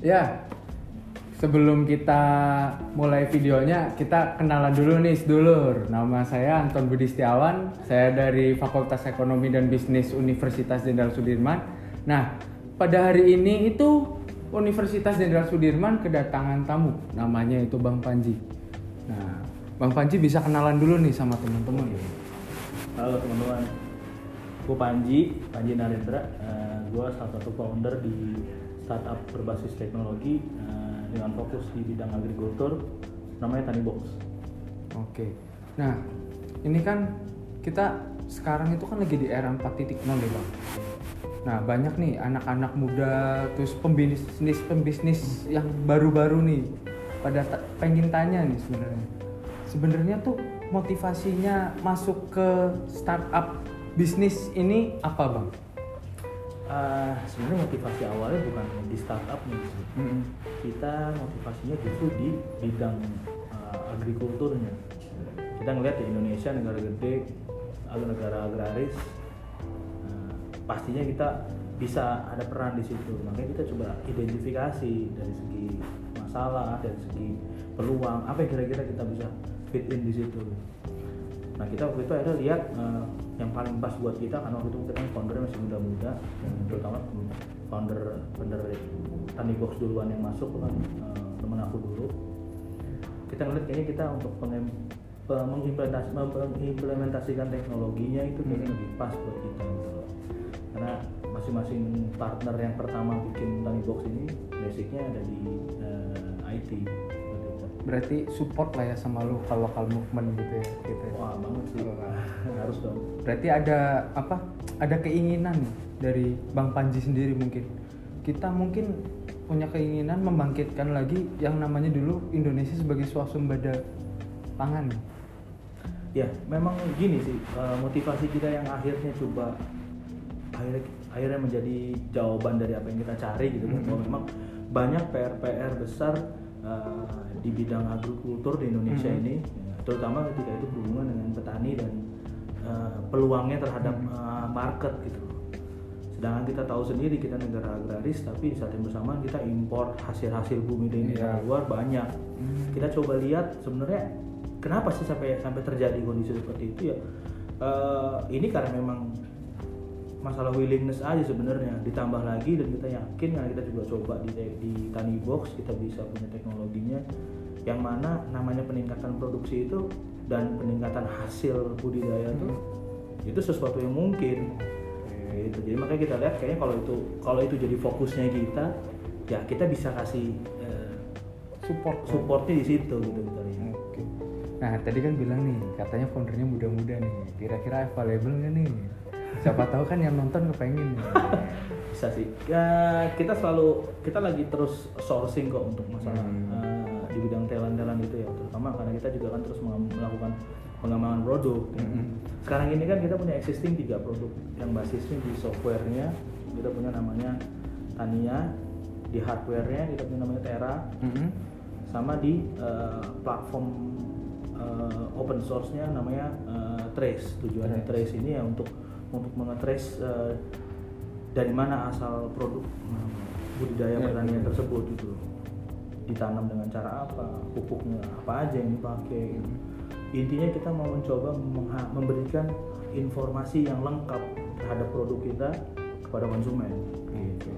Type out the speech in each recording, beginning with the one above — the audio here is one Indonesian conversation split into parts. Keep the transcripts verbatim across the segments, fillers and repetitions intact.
Ya, sebelum kita mulai videonya, kita kenalan dulu nih sedulur. Nama saya Anton Budi Setiawan, saya dari Fakultas Ekonomi dan Bisnis Universitas Jenderal Sudirman. Nah, pada hari ini itu Universitas Jenderal Sudirman kedatangan tamu, namanya itu Bang Panji. Nah, Bang Panji bisa kenalan dulu nih sama teman-teman. Halo teman-teman, gue Panji, Panji Narendra. Uh, gue salah satu founder di startup berbasis teknologi uh, dengan fokus di bidang agrikultur, namanya Tanibox. Oke, nah ini kan kita sekarang itu kan lagi di era empat titik nol ya Bang. Nah banyak nih anak-anak muda, terus pembisnis-pembisnis yang baru-baru nih pada ta- pengen tanya nih sebenarnya. Sebenarnya tuh motivasinya masuk ke startup bisnis ini apa Bang? Uh, sebenarnya motivasi awalnya bukan di startup nih, mm-hmm. kita motivasinya justru di bidang uh, agrikulturnya. Kita ngelihat di Indonesia negara gede, negara agraris, uh, pastinya kita bisa ada peran di situ. Makanya kita coba identifikasi dari segi masalah, dari segi peluang, apa yang kira-kira kita bisa fit in di situ. Nah kita waktu itu akhirnya lihat uh, yang paling pas buat kita, karena waktu itu kita kan foundernya masih muda-muda, dan terutama founder founder Tanibox duluan yang masuk kan uh, teman aku dulu. Kita ngeliat kayaknya kita untuk pengem, mengimplementasi, mengimplementasikan teknologinya itu kayaknya lebih pas buat kita gitu. Karena masing-masing partner yang pertama bikin Tanibox ini basicnya ada di uh, I T. Berarti support lah ya sama lu kalau local movement gitu ya gitu. Wah banget sih. Harus dong. Berarti ada apa? Ada keinginan dari Bang Panji sendiri mungkin. Kita mungkin punya keinginan membangkitkan lagi yang namanya dulu Indonesia sebagai swasembada pangan. Ya, memang gini sih, motivasi kita yang akhirnya coba akhirnya akhirnya menjadi jawaban dari apa yang kita cari gitu kan. Mm-hmm. Bahwa memang banyak P R P R besar uh, di bidang agrikultur di Indonesia mm-hmm. ini, ya, terutama ketika itu berhubungan dengan petani dan uh, peluangnya terhadap mm-hmm. uh, market gitu. Sedangkan kita tahu sendiri kita negara agraris, tapi di saat yang bersamaan kita impor hasil-hasil bumi dari negara yeah. luar banyak. Mm-hmm. Kita coba lihat sebenarnya kenapa sih sampai sampai terjadi kondisi seperti itu ya. Uh, ini karena memang masalah willingness aja sebenarnya, ditambah lagi dan kita yakin karena kita juga coba di di Tanibox kita bisa punya teknologinya yang mana namanya peningkatan produksi itu dan peningkatan hasil budidaya itu hmm. itu sesuatu yang mungkin gitu. Jadi makanya kita lihat kayaknya kalau itu kalau itu jadi fokusnya kita, ya kita bisa kasih uh, support supportnya di situ gitu kita lihat. Oke. Nah tadi kan bilang nih katanya foundernya muda-muda nih, kira-kira available nggak nih? Siapa tahu kan yang nonton kepengen. Bisa sih. Ya, kita selalu kita lagi terus sourcing kok untuk masalah hmm. uh, di bidang talent-talent itu ya, terutama karena kita juga kan terus melakukan pengembangan produk. Hmm. Sekarang ini kan kita punya existing tiga produk yang basisnya di softwarenya kita punya namanya Tania, di hardwarenya kita punya namanya Terra, hmm. sama di uh, platform uh, open source-nya namanya uh, Trace. Tujuannya Trace. Trace ini ya untuk untuk mengetrace uh, dari mana asal produk uh, budidaya pertanian ya, tersebut gitu, ditanam dengan cara apa, pupuknya apa aja yang dipakai gitu. Intinya kita mau mencoba mengha- memberikan informasi yang lengkap terhadap produk kita kepada konsumen gitu.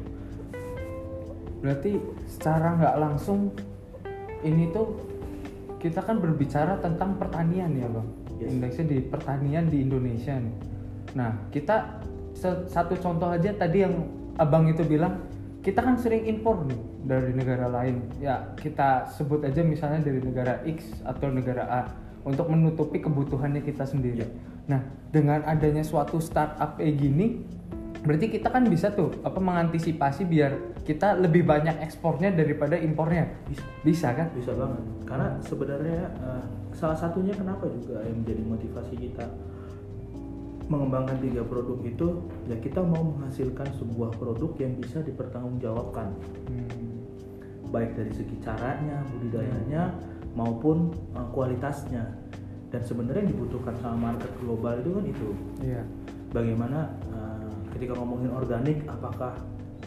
Berarti secara nggak langsung ini tuh kita kan berbicara tentang pertanian ya Bang. Yes. Indeksnya di pertanian di Indonesia nih. Nah, kita satu contoh aja tadi yang Abang itu bilang, kita kan sering impor nih dari negara lain. Ya, kita sebut aja misalnya dari negara X atau negara A untuk menutupi kebutuhannya kita sendiri. Ya. Nah, dengan adanya suatu startup kayak gini, berarti kita kan bisa tuh apa mengantisipasi biar kita lebih banyak ekspornya daripada impornya. Bisa, bisa kan? Bisa banget. Karena sebenarnya uh, salah satunya kenapa juga yang menjadi motivasi kita mengembangkan tiga produk itu, ya kita mau menghasilkan sebuah produk yang bisa dipertanggungjawabkan, hmm. baik dari segi caranya, budidayanya, hmm. maupun uh, kualitasnya. Dan sebenarnya yang dibutuhkan sama market global itu kan itu. Yeah. Bagaimana uh, ketika ngomongin organik, apakah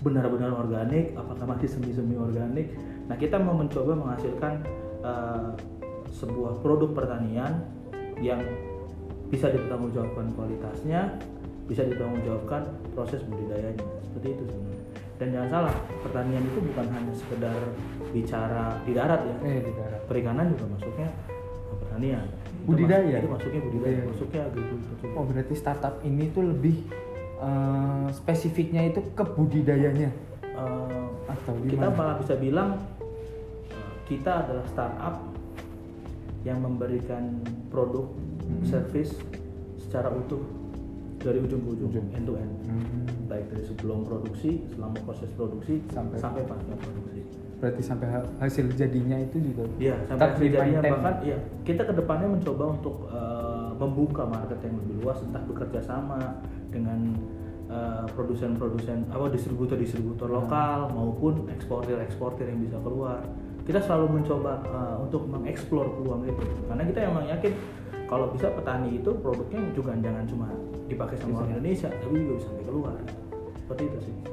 benar-benar organik, apakah masih semi-semi organik. Nah, kita mau mencoba menghasilkan uh, sebuah produk pertanian yang bisa dipertanggungjawabkan kualitasnya, bisa dipertanggungjawabkan proses budidayanya. Seperti itu sebenarnya. Dan jangan salah, pertanian itu bukan hanya sekedar bicara di darat ya. Eh, di darat. Perikanan juga masuknya pertanian. Budidaya. Itu, masuk, itu masuknya budidaya, Budidaya. masuknya agrikultur. Oh, berarti startup ini tuh lebih uh, spesifiknya itu ke budidayanya Uh, atau kita gimana? malah bisa bilang uh, kita adalah startup yang memberikan produk, Hmm. service secara utuh dari ujung ke ujung, Ujung. end to end. Hmm. Baik dari sebelum produksi, selama proses produksi Sampai- sampai pasca produksi. Berarti sampai ha- hasil jadinya itu juga. Iya, sampai tetap jadinya di-maintain. bahkan ya kita kedepannya mencoba untuk uh, membuka market yang lebih luas, entah bekerja sama dengan uh, produsen-produsen apa distributor-distributor Hmm. lokal maupun eksportir-eksportir yang bisa keluar. Kita selalu mencoba uh, untuk mengeksplor peluang itu, karena kita emang yakin kalau bisa petani itu produknya juga jangan cuma dipakai sama orang Indonesia, tapi juga bisa sampai keluar. Seperti itu sih.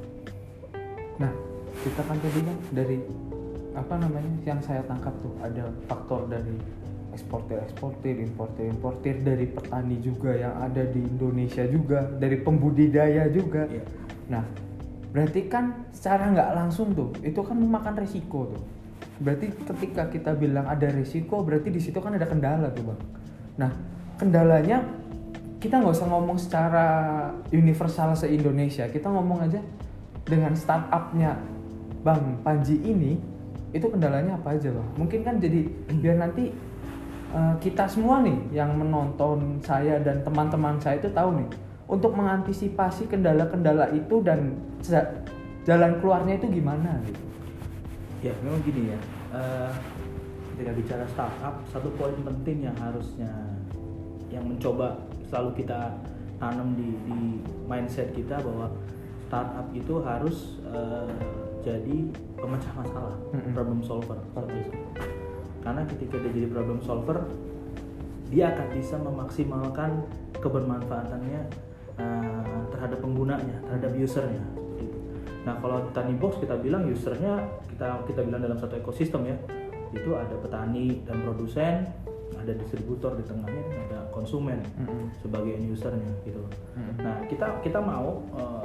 Nah, kita kan tadi kan dari apa namanya yang saya tangkap tuh ada faktor dari eksportir eksportir importir importir dari petani juga yang ada di Indonesia juga, dari pembudidaya juga. Iya. Nah, berarti kan secara nggak langsung tuh itu kan memakan resiko tuh. Berarti ketika kita bilang ada resiko, berarti di situ kan ada kendala tuh bang. Nah, kendalanya kita nggak usah ngomong secara universal se-Indonesia, kita ngomong aja dengan startupnya Bang Panji ini, itu kendalanya apa aja bang? Mungkin kan jadi biar nanti uh, kita semua nih yang menonton saya dan teman-teman saya itu tahu nih untuk mengantisipasi kendala-kendala itu dan ja- jalan keluarnya itu gimana gitu. Ya memang gini ya, uh, ketika bicara startup, satu poin penting yang harusnya yang mencoba selalu kita tanam di, di mindset kita bahwa startup itu harus uh, jadi pemecah masalah, Mm-mm. problem solver. Karena ketika dia jadi problem solver, dia akan bisa memaksimalkan kebermanfaatannya uh, terhadap penggunanya, terhadap usernya. Nah kalau Tani Box kita bilang usernya kita kita bilang dalam satu ekosistem ya, itu ada petani dan produsen, ada distributor di tengahnya, dan ada konsumen Mm-mm. sebagai end usernya gitu. Mm-mm. Nah kita kita mau uh,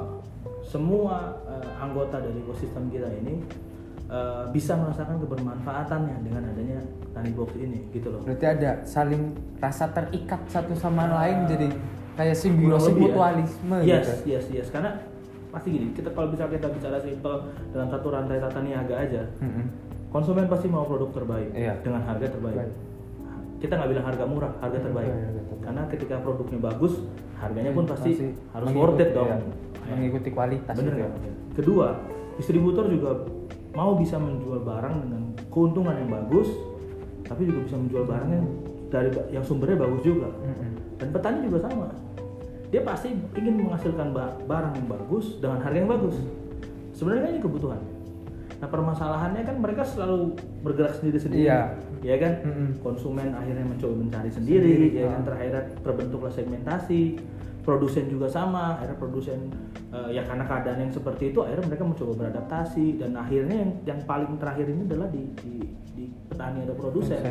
semua uh, anggota dari ekosistem kita ini uh, bisa merasakan kebermanfaatannya dengan adanya Tani Box ini gitu loh. Berarti ada saling rasa terikat satu sama Uh, lain, jadi kayak kurang simbiosis lebih ya. mutualisme Yes, gitu. yes, yes. Karena pasti gini, kita kalau bisa kita bicara simple dalam satu rantai tata niaga aja, Mm-mm. konsumen pasti mau produk terbaik Iya. dengan harga terbaik. Baik. Kita nggak bilang harga murah, harga terbaik. Iya, harga terbaik. Karena ketika produknya bagus, harganya pun pasti Masih harus mengikuti, worth it dong. iya, Ya. mengikuti kualitas. Bener gitu. nggak? Kedua, distributor juga mau bisa menjual barang dengan keuntungan yang bagus, tapi juga bisa menjual barang yang dari yang sumbernya bagus juga. Mm-mm. Dan petani juga sama. Dia pasti ingin menghasilkan ba- barang yang bagus dengan harga yang bagus. Sebenarnya kan ini kebutuhan. Nah permasalahannya kan mereka selalu bergerak sendiri-sendiri, Iya. ya kan? Mm-mm. Konsumen akhirnya mencoba mencari sendiri, Sendiri, ya ah. kan? Terakhirnya terbentuklah segmentasi. Produsen juga sama, akhirnya produsen eh, ya karena keadaan yang seperti itu, akhirnya mereka mencoba beradaptasi dan akhirnya yang, yang paling terakhir ini adalah di, di, di petani atau produsen. Produsen.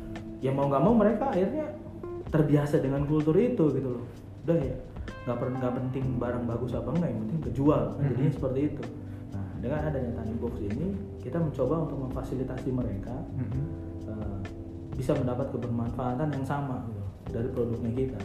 Ya mau nggak mau mereka akhirnya terbiasa dengan kultur itu gitu loh. Udah ya, nggak per, nggak penting barang bagus apa enggak, yang penting kejual. Kan Mm-hmm. jadinya seperti itu. Nah dengan adanya Tani Box ini kita mencoba untuk memfasilitasi mereka Mm-mm. uh, bisa mendapat kebermanfaatan yang sama gitu, dari produknya kita.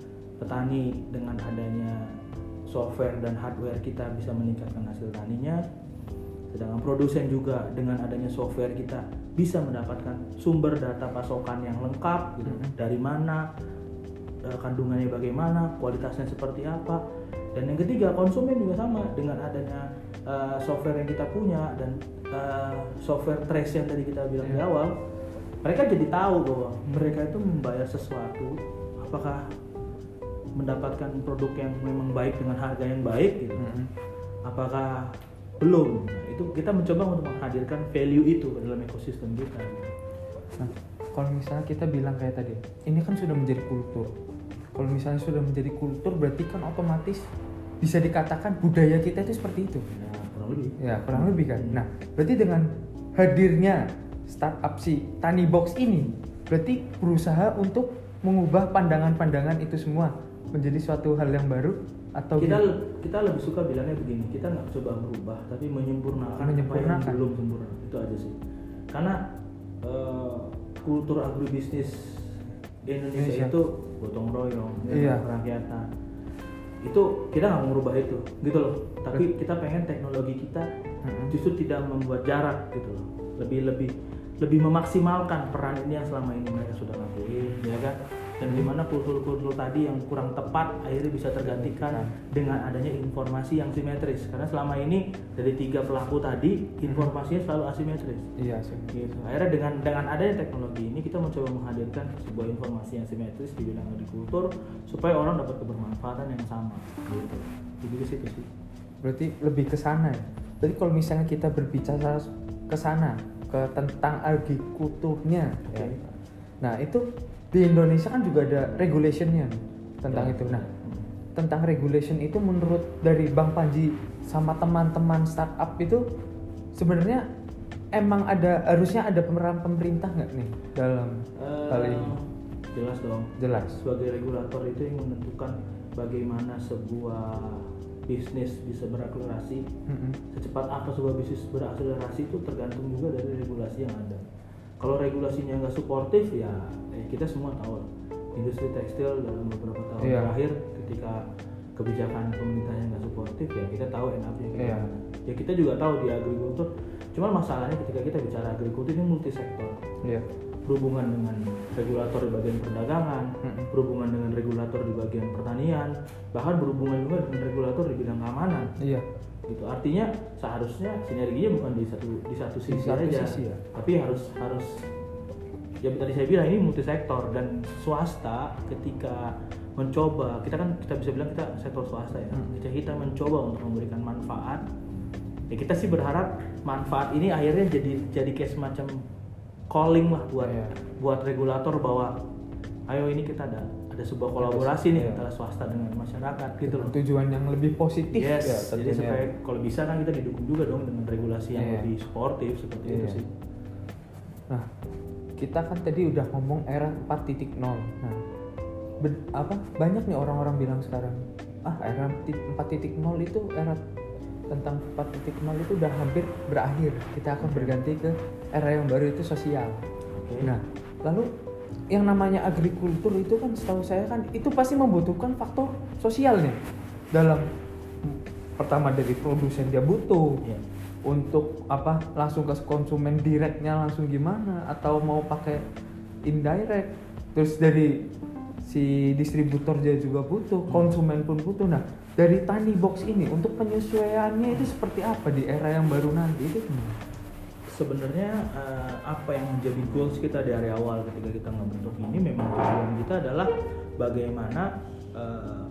Petani dengan adanya software dan hardware kita bisa meningkatkan hasil taninya, sedangkan produsen juga dengan adanya software kita bisa mendapatkan sumber data pasokan yang lengkap gitu, Mhm. dari mana, eh, kandungannya bagaimana, kualitasnya seperti apa. Dan yang ketiga, konsumen juga sama, dengan adanya eh, software yang kita punya dan eh, software trace yang tadi kita bilang di Yeah. awal, mereka jadi tahu bahwa mereka itu membayar sesuatu, apakah mendapatkan produk yang memang baik dengan harga yang baik gitu, Mm-mm. apakah belum. Nah, itu kita mencoba untuk menghadirkan value itu ke dalam ekosistem kita gitu. Nah, kalau misalnya kita bilang kayak tadi, ini kan sudah menjadi kultur. Kalau misalnya sudah menjadi kultur, berarti kan otomatis bisa dikatakan budaya kita itu seperti itu. Ya, kurang lebih. Ya, kurang lebih kan. Nah, berarti dengan hadirnya startup si Tani Box ini, berarti berusaha untuk mengubah pandangan-pandangan itu semua menjadi suatu hal yang baru atau kita gitu? kita lebih suka bilangnya begini, kita nggak coba merubah tapi menyempurnakan, Menyempurnakan. apa yang belum sempurna, itu aja sih. Karena uh, kultur agribisnis Indonesia, Indonesia itu gotong royong, Iya. kerakyatan, itu kita nggak mau merubah itu gitu loh, tapi kita pengen teknologi kita Mm-mm. justru tidak membuat jarak gitu loh, lebih lebih lebih memaksimalkan peran ini yang selama ini mereka sudah lakuin, ya kan. Dan gimana kultur-kultur tadi yang kurang tepat akhirnya bisa tergantikan dengan adanya informasi yang simetris, karena selama ini dari tiga pelaku tadi informasinya selalu asimetris. Iya sih. Gitu. Akhirnya dengan dengan adanya teknologi ini kita mencoba menghadirkan sebuah informasi yang simetris di bidang agrikultur supaya orang dapat kebermanfaatan yang sama. Gitu. Jadi ke situ sih. Berarti lebih ke sana ya. Jadi kalau misalnya kita berbicara ke sana, ke tentang agrikulturnya, Oke. ya. Nah, itu di Indonesia kan juga ada regulationnya nih, tentang Ya. itu. Nah, tentang regulation itu menurut dari Bang Panji sama teman-teman startup itu sebenarnya emang ada, harusnya ada pemeran pemerintah nggak nih dalam Eh, hal ini? Jelas dong. Jelas. Sebagai regulator itu yang menentukan bagaimana sebuah bisnis bisa berakselerasi. Mm-mm. Secepat apa sebuah bisnis berakselerasi itu tergantung juga dari regulasi yang ada. Kalau regulasinya nggak suportif ya, eh, kita semua tahu industri tekstil dalam beberapa tahun Iya. terakhir ketika kebijakan pemerintahnya nggak suportif ya kita tahu end up-nya kayak Iya. gimana. Ya kita juga tahu di agrikultur. Cuman masalahnya ketika kita bicara agrikultur ini multisektor. Iya. Berhubungan dengan regulator di bagian perdagangan, Mm-mm. berhubungan dengan regulator di bagian pertanian, bahkan berhubungan juga dengan regulator di bidang keamanan. Iya. Gitu. Artinya seharusnya sinerginya bukan di satu di satu sisi satu aja, sisi ya. tapi harus harus ya tadi saya bilang ini multisektor, dan swasta ketika mencoba, kita kan kita bisa bilang kita sektor swasta ya, Hmm. ketika kita mencoba untuk memberikan manfaat, ya kita sih berharap manfaat ini akhirnya jadi jadi kayak semacam calling lah buat Iya. buat regulator bahwa ayo ini kita ada ada sebuah kolaborasi nih Iya. antara swasta dengan masyarakat gitu loh. Tujuan yang lebih positif Yes, ya jadi tentunya. supaya kalau bisa kan kita didukung juga dong dengan regulasi yang Iya. lebih sportif seperti itu Iya. sih. Nah, kita kan tadi udah ngomong era empat titik nol. Nah, ben- apa banyak nih orang-orang bilang sekarang, ah era empat titik nol itu era tentang empat titik nol itu udah hampir berakhir. Kita akan berganti ke era yang baru, itu sosial. Oke. Nah, lalu yang namanya agrikultur itu kan setahu saya kan itu pasti membutuhkan faktor sosial nih. Dalam pertama dari produsen dia butuh, Iya. untuk apa langsung ke konsumen directnya langsung gimana, atau mau pakai indirect, terus dari si distributor dia juga butuh, konsumen pun butuh. Nah, dari Tani Box ini untuk penyesuaiannya itu seperti apa di era yang baru nanti itu gimana? Sebenarnya eh, apa yang menjadi goals kita dari awal ketika kita ngebentuk ini, memang tujuan kita adalah bagaimana eh,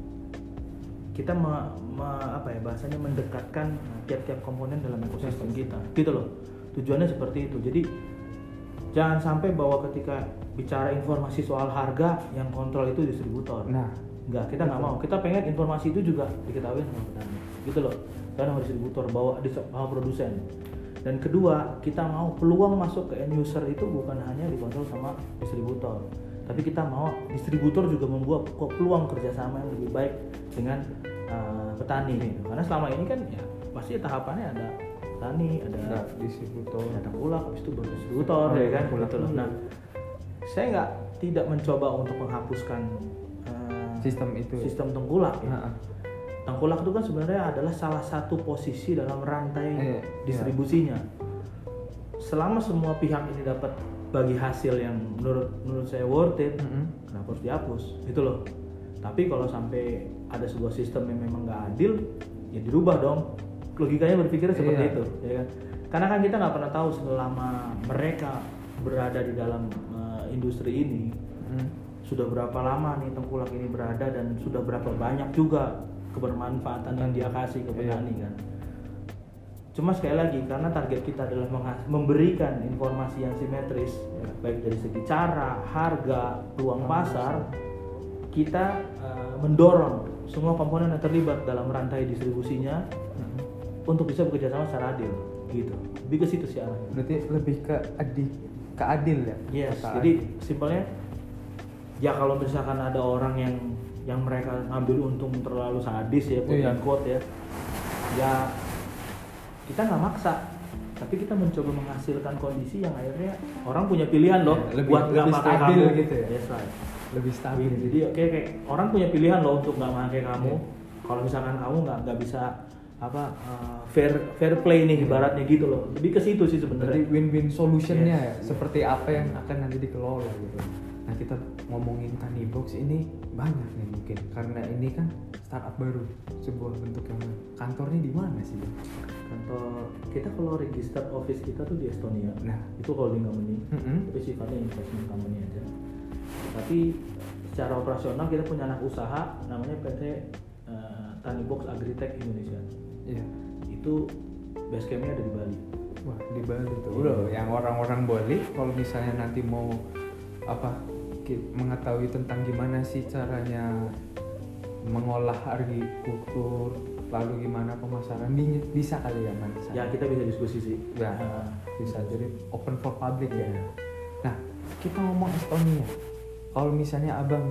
kita me, me- apa ya bahasanya mendekatkan tiap-tiap komponen dalam ekosistem kita, gitu loh. Tujuannya seperti itu. Jadi jangan sampai bahwa ketika bicara informasi soal harga yang kontrol itu distributor. Nah, Enggak, kita nggak mau. Kita pengen informasi itu juga diketahui sama petani, gitu loh. Karena sama distributor, bawa di sama produsen. Dan kedua, kita mau peluang masuk ke end user itu bukan hanya dikontrol sama distributor, tapi kita mau distributor juga membuat peluang kerjasama yang lebih baik dengan uh, petani. Gitu. Karena selama ini kan ya pasti tahapannya ada petani, ada ada distributor. ada tengkulak, habis itu baru distributor, Oh, ya kan? tengkulak. Gitu loh. Nah, saya nggak tidak mencoba untuk menghapuskan uh, Sistem itu. sistem tengkulak ya. Nah, Tengkulak itu kan sebenarnya adalah salah satu posisi dalam rantai Iya, distribusinya. Selama semua pihak ini dapat bagi hasil yang menurut menurut saya worth it, mm-mm. kenapa harus dihapus? Gitu loh. Tapi kalau sampai ada sebuah sistem yang memang nggak adil, ya dirubah dong. Logikanya berpikir seperti Iya. itu, ya kan? Karena kan kita nggak pernah tahu selama mereka berada di dalam uh, industri ini, Mm. sudah berapa lama nih tengkulak ini berada dan sudah berapa banyak juga kebermanfaatan yang dia kasih ke petani kan. Cuma sekali lagi karena target kita adalah mengha- memberikan informasi yang simetris, ya, baik dari segi cara, harga, peluang pasar, kita uh, mendorong semua komponen yang terlibat dalam rantai distribusinya hmm. untuk bisa bekerja sama secara adil gitu. Lebih ke situ sih arahnya. Berarti lebih ke adil, ke adil ya? Yes. Ke Jadi adil. simpelnya ya kalau misalkan ada orang yang yang mereka ngambil untung terlalu sadis ya, quote iya. unquote ya, ya kita nggak maksa, tapi kita mencoba menghasilkan kondisi yang akhirnya orang punya pilihan loh, ya, lebih, buat nggak lebih pakai stabil kamu gitu ya? Yes, right. Lebih stabil. Jadi oke okay, kayak orang punya pilihan loh untuk nggak pakai kamu. ya. Kalau misalkan kamu nggak nggak bisa apa uh, fair fair play nih ibaratnya gitu loh, lebih ke situ sih sebenarnya. Jadi win-win solutionnya Yes. ya, seperti apa yang akan nanti dikelola gitu. Nah kita ngomongin Tanibox ini banyak nih mungkin karena ini kan startup baru, sebuah bentuk yang baru. Kantornya di mana sih? Kantor kita kalau register office kita tuh di Estonia. Nah Itu holding company, mm-hmm. tapi sifatnya investment company aja. Tapi secara operasional kita punya anak usaha namanya P T uh, Tanibox Agritech Indonesia. Iya. Itu base campnya ada di Bali. Wah di Bali tuh. Udah, yang orang-orang Bali kalau misalnya nanti mau apa ki- mengetahui tentang gimana sih caranya mengolah agrikultur, lalu gimana pemasaran, bi- bisa kali ya man? Ya kita bisa diskusi sih. Ya, Uh, bisa jadi open for public ya. Nah kita ngomong Estonia, kalau misalnya abang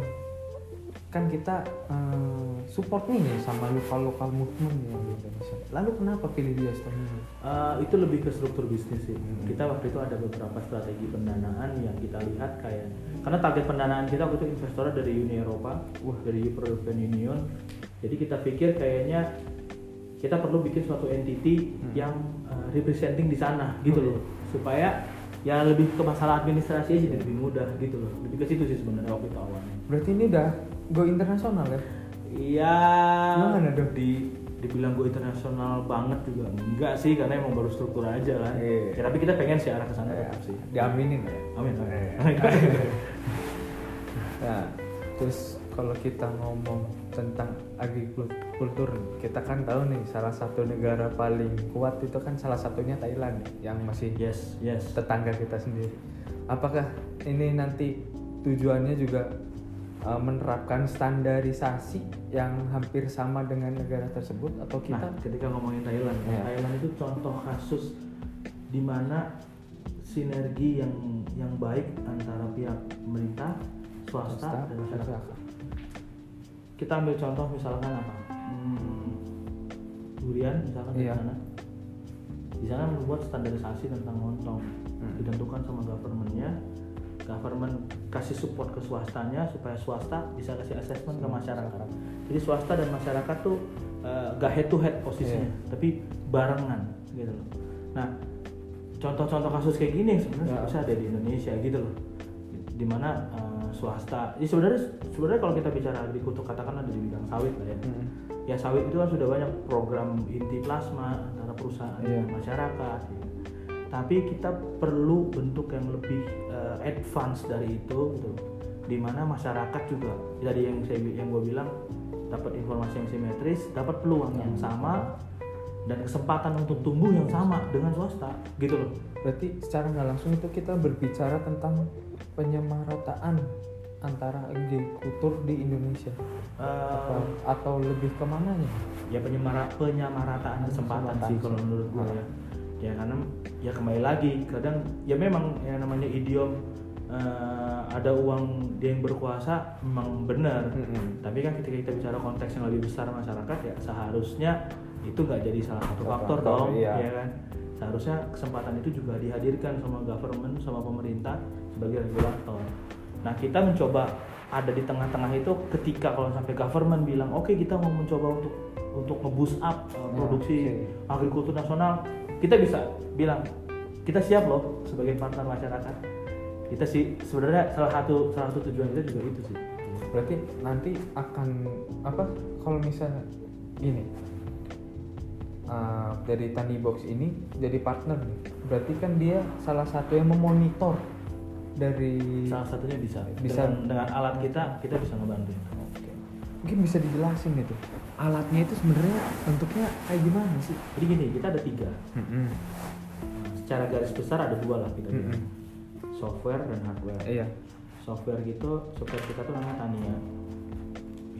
kan kita um, support nih sama lokal-lokal movement yang di Indonesia. Lalu kenapa pilih di Estonia? Uh, itu lebih ke struktur bisnis sih. Hmm. Kita waktu itu ada beberapa strategi pendanaan yang kita lihat kayak karena target pendanaan kita waktu itu investornya dari Uni Eropa, Wah. dari European Union. Jadi kita pikir kayaknya kita perlu bikin suatu entity Hmm. yang uh, representing di sana gitu Hmm. loh, supaya ya lebih ke masalah administrasi aja jadi lebih mudah gitu loh. Lebih ke situ sih sebenarnya waktu itu awalnya. Berarti ini udah go internasional ya? Iya. Gimana dong? Di dibilang gue internasional banget juga enggak sih, karena emang baru struktur aja lah. Iya. Ya, tapi kita pengen sih arah ke sana Ya, tetap sih. diaminin ya. Amin. Nah, terus kalau kita ngomong tentang agrikultur, kita kan tahu nih salah satu negara paling kuat itu kan salah satunya Thailand yang masih Yes, yes. tetangga kita sendiri. Apakah ini nanti tujuannya juga uh, menerapkan standarisasi yang hampir sama dengan negara tersebut atau kita? Nah, ketika ngomongin Thailand, Ya. Thailand itu contoh kasus di mana sinergi yang yang baik antara pihak pemerintah, swasta, Swasta, dan masyarakat. masyarakat. Kita ambil contoh misalkan apa? Hmm, durian misalkan di Iya. sana. Di sana membuat standarisasi tentang lontong, Hmm. ditentukan sama government-nya. Government kasih support ke swastanya supaya swasta bisa kasih assessment ke masyarakat. Jadi swasta dan masyarakat tuh uh, gak head to head posisinya, Yeah. tapi barengan gitu loh. Nah, contoh-contoh kasus kayak gini sebenarnya Yeah. bisa ada di Indonesia gitu loh. Dimana uh, swasta, ya sebenarnya sebenarnya kalau kita bicara agrikultur katakanlah di bidang sawit lah ya. Hmm. Ya sawit itu kan sudah banyak program inti plasma antara perusahaan Iya. dan masyarakat. Ya. Tapi kita perlu bentuk yang lebih uh, advance dari itu, gitu. Dimana masyarakat juga dari yang saya yang gue bilang dapat informasi yang simetris, dapat peluang yang sama dan kesempatan untuk tumbuh yang sama dengan swasta, gitu loh. Berarti secara nggak langsung itu kita berbicara tentang penyamarataan antara agrikultur di Indonesia. Uh, atau, atau lebih kemananya? ya penyamara penyamarataan kesempatan Kesempatan sih kalau sih. menurut gue Hmm. ya. Ya karena ya kembali lagi kadang ya memang yang namanya idiom uh, ada uang dia yang berkuasa memang benar. Mm-mm. Tapi kan ketika kita bicara konteks yang lebih besar masyarakat ya seharusnya itu nggak jadi salah satu Salah faktor faktor, dong, iya. ya kan. Seharusnya kesempatan itu juga dihadirkan sama government sama pemerintah sebagai regulator. Nah kita mencoba ada di tengah-tengah itu ketika kalau sampai government bilang oke okay, kita mau mencoba untuk untuk nge-boost up uh, produksi okay. agrikultur nasional, kita bisa bilang kita siap loh sebagai partner masyarakat. Kita sih sebenarnya salah satu salah satu tujuan kita juga itu sih. Berarti nanti akan apa kalau misalnya gini uh, dari Tanibox ini jadi partner nih, berarti kan dia salah satu yang memonitor dari Salah satunya bisa Bisa. dengan, dengan alat kita kita bisa ngebantu. Oke. Mungkin bisa dijelasin itu alatnya itu sebenarnya bentuknya kayak gimana sih? Jadi gini, kita ada tiga. Mm-mm. Secara garis besar ada dua lah kita bilang. Mm-mm. Software dan hardware. Iya. Software gitu, software kita tuh namanya Tania.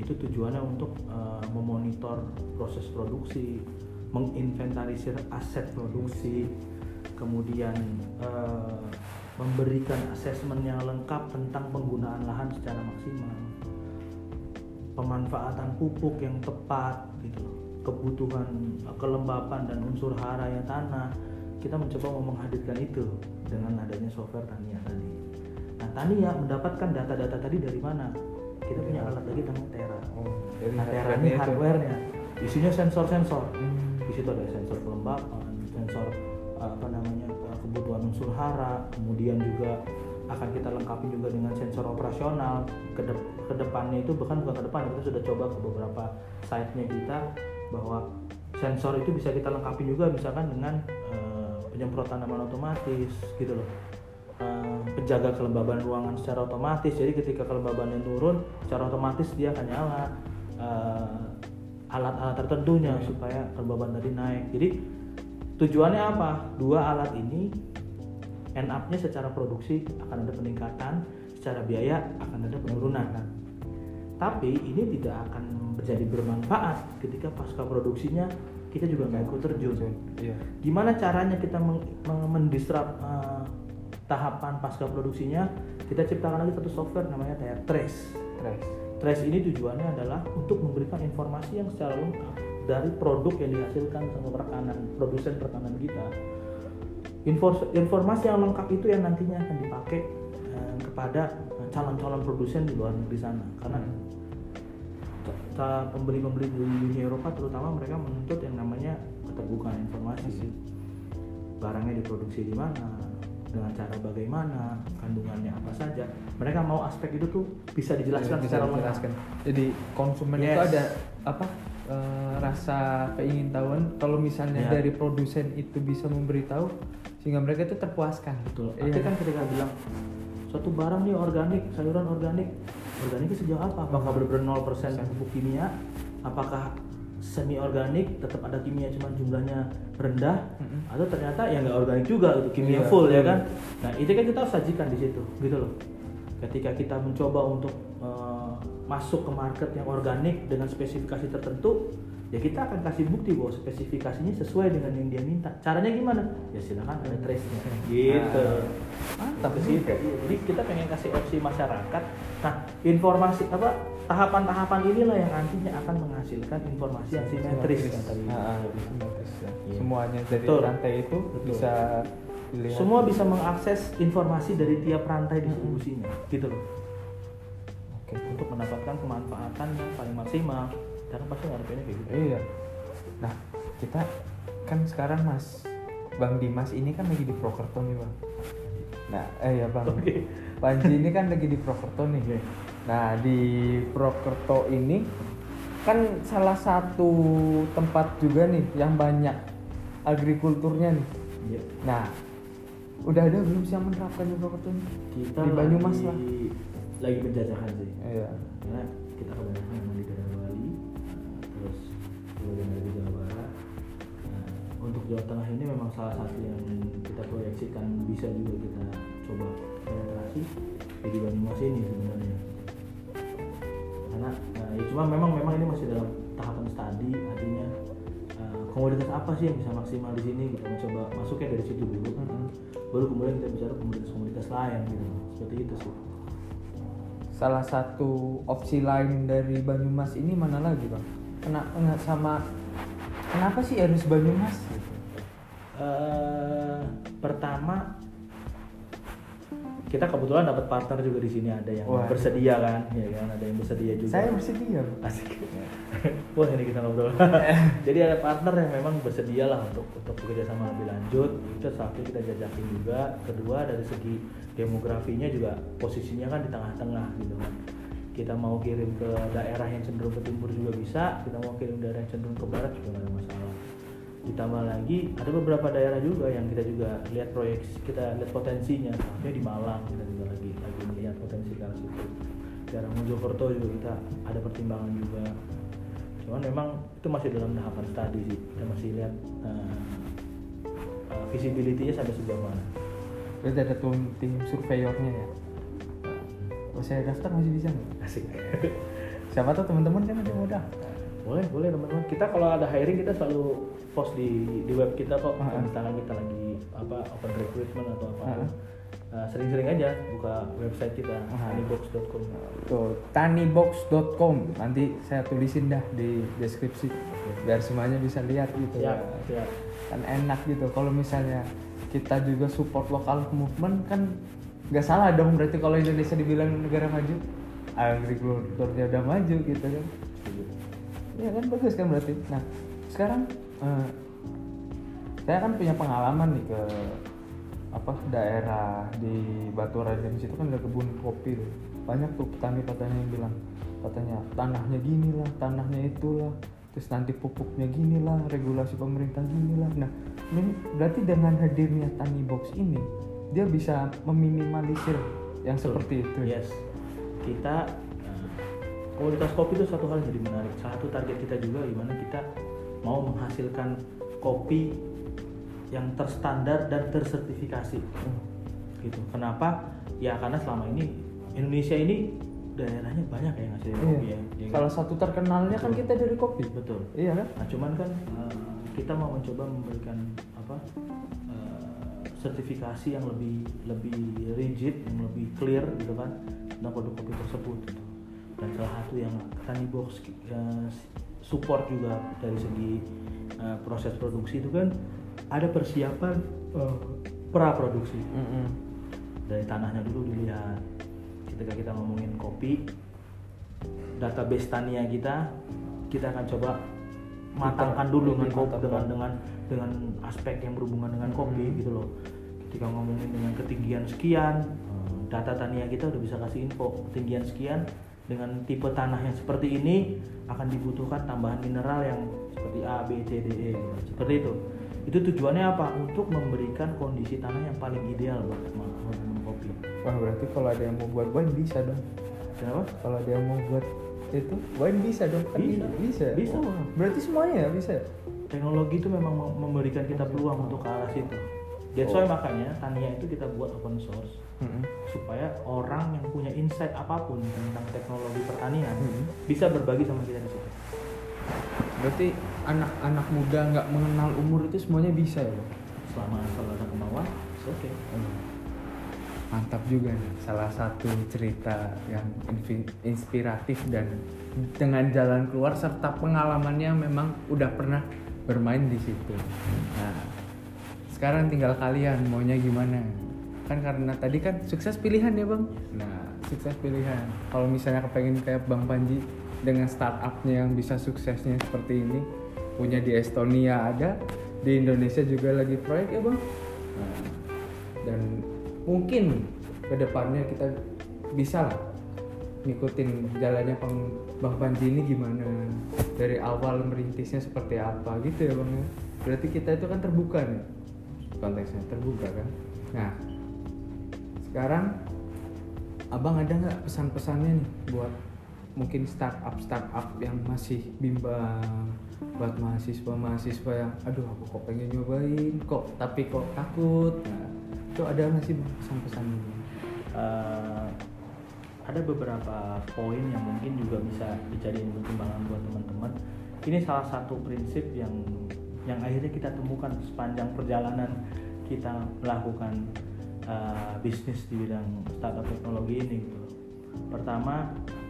Itu tujuannya untuk uh, memonitor proses produksi, menginventarisir aset produksi, kemudian uh, memberikan asesmen yang lengkap tentang penggunaan lahan secara maksimal, pemanfaatan pupuk yang tepat gitu, kebutuhan kelembapan dan unsur haranya tanah. Kita mencoba menghadirkan itu dengan adanya software Tania tadi. Nah, Tania mendapatkan data-data tadi dari mana? Kita punya alat lagi namanya Tera. Oh, Nah, Tera ini hardware-nya, isinya sensor-sensor. Hmm. Di situ ada sensor kelembapan, sensor apa namanya kebutuhan unsur hara, kemudian juga akan kita lengkapi juga dengan sensor operasional. Kedep- kedepannya itu bahkan bukan ke depan, kita sudah coba ke beberapa site-nya kita bahwa sensor itu bisa kita lengkapi juga misalkan dengan uh, penyemprotan tanaman otomatis gitu loh. Uh, penjaga kelembaban ruangan secara otomatis, jadi ketika kelembabannya turun secara otomatis dia akan nyala uh, alat-alat tertentunya hmm. supaya kelembaban tadi naik. Jadi tujuannya apa? Dua alat ini end up-nya secara produksi akan ada peningkatan, secara biaya akan ada penurunan. Tapi ini tidak akan menjadi bermanfaat ketika pasca produksinya kita juga nggak ikut terjun. Iya. Gimana caranya kita mendisrupt uh, tahapan pasca produksinya? Kita ciptakan lagi satu software namanya Trace. Trace. Trace ini tujuannya adalah untuk memberikan informasi yang secara lengkap dari produk yang dihasilkan sama rekanan produsen rekanan kita. Info, informasi yang lengkap itu yang nantinya akan dipakai eh, kepada calon-calon produsen di luar negeri sana. Karena hmm. pembeli-pembeli di Uni Eropa terutama mereka menuntut yang namanya keterbukaan informasi. Barangnya diproduksi di mana, dengan cara bagaimana, kandungannya apa saja. Mereka mau aspek itu tuh bisa dijelaskan ya, secara lengkap. Jadi konsumen yes. itu ada apa uh, rasa keingintahuan kalau misalnya ya. dari produsen itu bisa memberitahu sehingga mereka itu terpuaskan. Betul. Tapi ya. kan ketika bilang suatu barang nih organik, sayuran organik, organik itu sejauh apa? Apakah benar-benar nol persen pupuk kimia? Apakah semi organik tetap ada kimia cuma jumlahnya rendah, mm-hmm. atau ternyata ya nggak organik juga itu kimia yeah, full yeah. ya kan? Nah itu kan kita harus sajikan di situ, gitu loh. Ketika kita mencoba untuk uh, masuk ke market yang organik dengan spesifikasi tertentu, ya kita akan kasih bukti bahwa spesifikasinya sesuai dengan yang dia minta. Caranya gimana? Ya silakan ada trace-nya, gitu. Mantap sih. Jadi kita pengen kasih opsi masyarakat. Nah informasi apa? Tahapan-tahapan inilah yang nantinya akan menghasilkan informasi yang simetris kan tadi. Ah, simetris ya. Yeah. Semuanya dari Betul. rantai itu Betul. bisa dilihat. Semua bisa mengakses informasi dari tiap rantai distribusinya, hmm. gitu loh. Oke, okay. Untuk mendapatkan kemanfaatan yang paling maksimal. Karena pasti ngarepinnya kayak gitu. Iya. Nah, kita kan sekarang Mas Bang Dimas ini kan lagi di Prokerto nih, Bang. Nah, eh ya Bang. Okay. Panji ini kan lagi di Prokerto nih. Okay. Nah di Prokerto ini kan salah satu tempat juga nih yang banyak agrikulturnya nih. Yeah. Nah udah ada belum sih yang menerapkan di Prokerto ini? Kita di Banyumas lah. Lagi penjajahan sih. Iya. Karena kita kebanyakan memang di daerah Bali, terus kemudian dari Jawa Barat. Nah, untuk Jawa Tengah ini memang salah satu yang kita proyeksikan bisa juga kita coba penetrasi di Banyumas ini sebenarnya. Karena uh, ya cuma memang memang ini masih dalam tahapan studi, artinya uh, komoditas apa sih yang bisa maksimal di sini, kita mencoba masuknya dari situ dulu, mm-hmm. baru kemudian kita bicara komoditas-komoditas lain gitu, seperti itu sih. Salah satu opsi lain dari Banyumas ini mana lagi Bang? Kena enggak sama kenapa sih harus Banyumas? Gitu? Uh, pertama kita kebetulan dapat partner juga di sini, ada yang Wah, bersedia kan, ya kan, ada yang bersedia juga. Saya bersedia, asik. Wah ini kita ngobrol. Jadi ada partner yang memang bersedia lah untuk untuk bekerja sama lebih lanjut. Itu satu kita jajakin juga. Kedua dari segi demografinya juga posisinya kan di tengah-tengah gitu kan. Kita mau kirim ke daerah yang cenderung ke timur juga bisa. Kita mau kirim daerah yang cenderung ke barat juga nggak ada masalah. Ditambah lagi ada beberapa daerah juga yang kita juga lihat proyek, kita lihat potensinya. Contohnya di Malang kita juga lagi lagi melihat potensi ke arah situ. Daerah Mojokerto juga kita ada pertimbangan juga. Cuman memang itu masih dalam tahapan studi sih. Kita masih lihat uh, uh, visibility-nya sampai sejauh mana. Berarti ada tim, tim surveyornya ya? Oh, saya daftar masih bisa nggak? Asik. Siapa tahu teman-teman kan ada modal. Boleh, boleh teman-teman. Kita kalau ada hiring kita selalu post di di web kita kok. Uh-huh. Misalnya kita lagi apa open recruitment atau apa. Uh-huh. Uh, sering-sering aja buka website kita Uh-huh. tanibox dot com. Tuh, tanibox dot com. Nanti saya tulisin dah di deskripsi biar semuanya bisa lihat gitu. Siap, ya. siap. Kan enak gitu. Kalau misalnya kita juga support lokal movement kan nggak salah dong berarti kalau Indonesia dibilang negara maju, agrikulturnya udah maju gitu kan. Ya kan bagus kan berarti. Nah sekarang eh, saya kan punya pengalaman nih ke apa daerah di Batu Raja di situ kan ada kebun kopi tuh. Banyak tuh petani-petani yang bilang katanya tanahnya gini lah, tanahnya itulah, terus nanti pupuknya gini lah, regulasi pemerintah gini lah. Nah ini berarti dengan hadirnya Tanibox ini dia bisa meminimalisir yang seperti itu. Yes. Kita komunitas kopi itu satu hal yang jadi menarik. Salah satu target kita juga gimana kita mau menghasilkan kopi yang terstandar dan tersertifikasi. Hmm. Gitu. Kenapa? Ya karena selama ini Indonesia ini daerahnya banyak ya ngasilin iya. kopi ya. Ya Salah kan? satu terkenalnya kan kita dari kopi. Betul. Iya kan? Nah, cuman kan uh, kita mau mencoba memberikan apa? Uh, sertifikasi yang lebih lebih rigid, yang lebih clear gitu kan tentang produk kopi tersebut. Gitu. Dan salah satu yang Tanibox uh, support juga dari segi uh, proses produksi itu kan ada persiapan uh, pra produksi. Mm-hmm. Dari tanahnya dulu dilihat. Ketika kita ngomongin kopi, database tania kita kita akan coba matangkan dulu dengan kopi, dengan dengan dengan aspek yang berhubungan dengan kopi mm-hmm. gitu loh. Ketika ngomongin dengan ketinggian sekian, data tania kita udah bisa kasih info ketinggian sekian. Dengan tipe tanah yang seperti ini akan dibutuhkan tambahan mineral yang seperti A, B, C, D, E seperti itu. Itu tujuannya apa? Untuk memberikan kondisi tanah yang paling ideal buat minum kopi. Wah berarti kalau ada yang mau buat wine bisa dong. Kenapa? Kalau ada yang mau buat itu wine bisa dong. Kan bisa. Bisa. Bisa. Oh, berarti semuanya ya bisa. Teknologi itu memang memberikan kita peluang untuk ke arah situ. That's why makanya Tania itu kita buat open source mm-hmm. supaya orang yang punya insight apapun tentang teknologi pertanian mm-hmm. bisa berbagi sama kita di situ. Berarti anak-anak muda nggak mengenal umur itu semuanya bisa ya? Selama asal ada kemauan, oke. Okay. Hmm. Mantap juga nih, salah satu cerita yang inspiratif dan dengan jalan keluar serta pengalamannya memang udah pernah bermain di situ. Nah. Sekarang tinggal kalian maunya gimana? Kan karena tadi kan sukses pilihan ya bang. Nah sukses pilihan. Kalau misalnya kepengen kayak Bang Panji dengan startupnya yang bisa suksesnya seperti ini, punya di Estonia ada, di Indonesia juga lagi proyek ya bang. Nah, dan mungkin kedepannya kita bisa lah ngikutin jalannya Bang Panji ini gimana, dari awal merintisnya seperti apa gitu ya bang. Berarti kita itu kan terbuka nih. Konteksnya terbuka kan. Nah sekarang abang ada nggak pesan-pesannya nih buat mungkin startup startup yang masih bimbang, buat mahasiswa-mahasiswa yang aduh aku kok pengen nyobain kok tapi kok takut. Nah itu ada nggak sih pesan-pesannya? Uh, ada beberapa poin yang mungkin juga bisa dijadiin pertimbangan buat teman-teman. Ini salah satu prinsip yang yang akhirnya kita temukan sepanjang perjalanan kita melakukan uh, bisnis di bidang startup teknologi ini gitu. Pertama,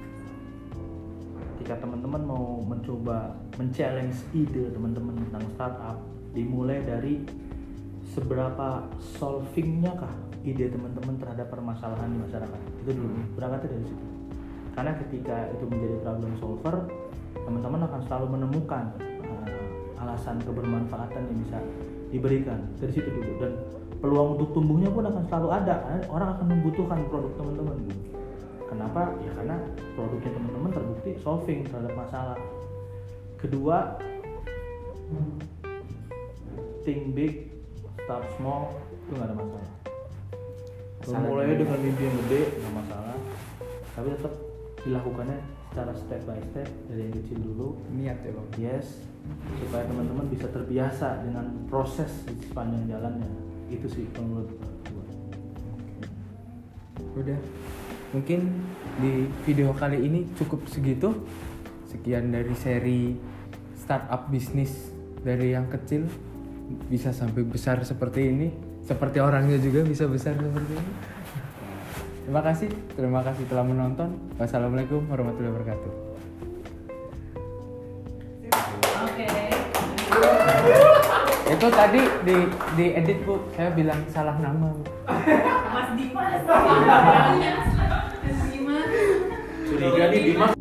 ketika teman-teman mau mencoba men-challenge ide teman-teman tentang startup, dimulai dari seberapa solvingnya kah ide teman-teman terhadap permasalahan di masyarakat. Itu dulu, berangkatnya dari situ. Karena ketika itu menjadi problem solver, teman-teman akan selalu menemukan alasan kebermanfaatan yang bisa diberikan dari situ dulu, dan peluang untuk tumbuhnya pun akan selalu ada karena orang akan membutuhkan produk teman-teman gitu. Kenapa? Ya karena produknya teman-teman terbukti solving terhadap masalah. Kedua, think big, start small, itu nggak ada masalah. Mulai dengan mimpi yang gede nggak masalah, tapi tetap dilakukannya secara step by step dari yang kecil dulu. Niat ya bang. Yes. Supaya teman-teman bisa terbiasa dengan proses di sepanjang jalannya. Itu sih menurut gue. Udah mungkin di video kali ini cukup segitu. Sekian dari seri startup bisnis dari yang kecil bisa sampai besar seperti ini, seperti orangnya juga bisa besar seperti ini. Terima kasih, terima kasih telah menonton. Wassalamualaikum warahmatullahi wabarakatuh. Oke. Itu tadi di di edit Bu, saya bilang salah nama Bu. Mas Dimas. Mas Dimas. Curiga nih Dimas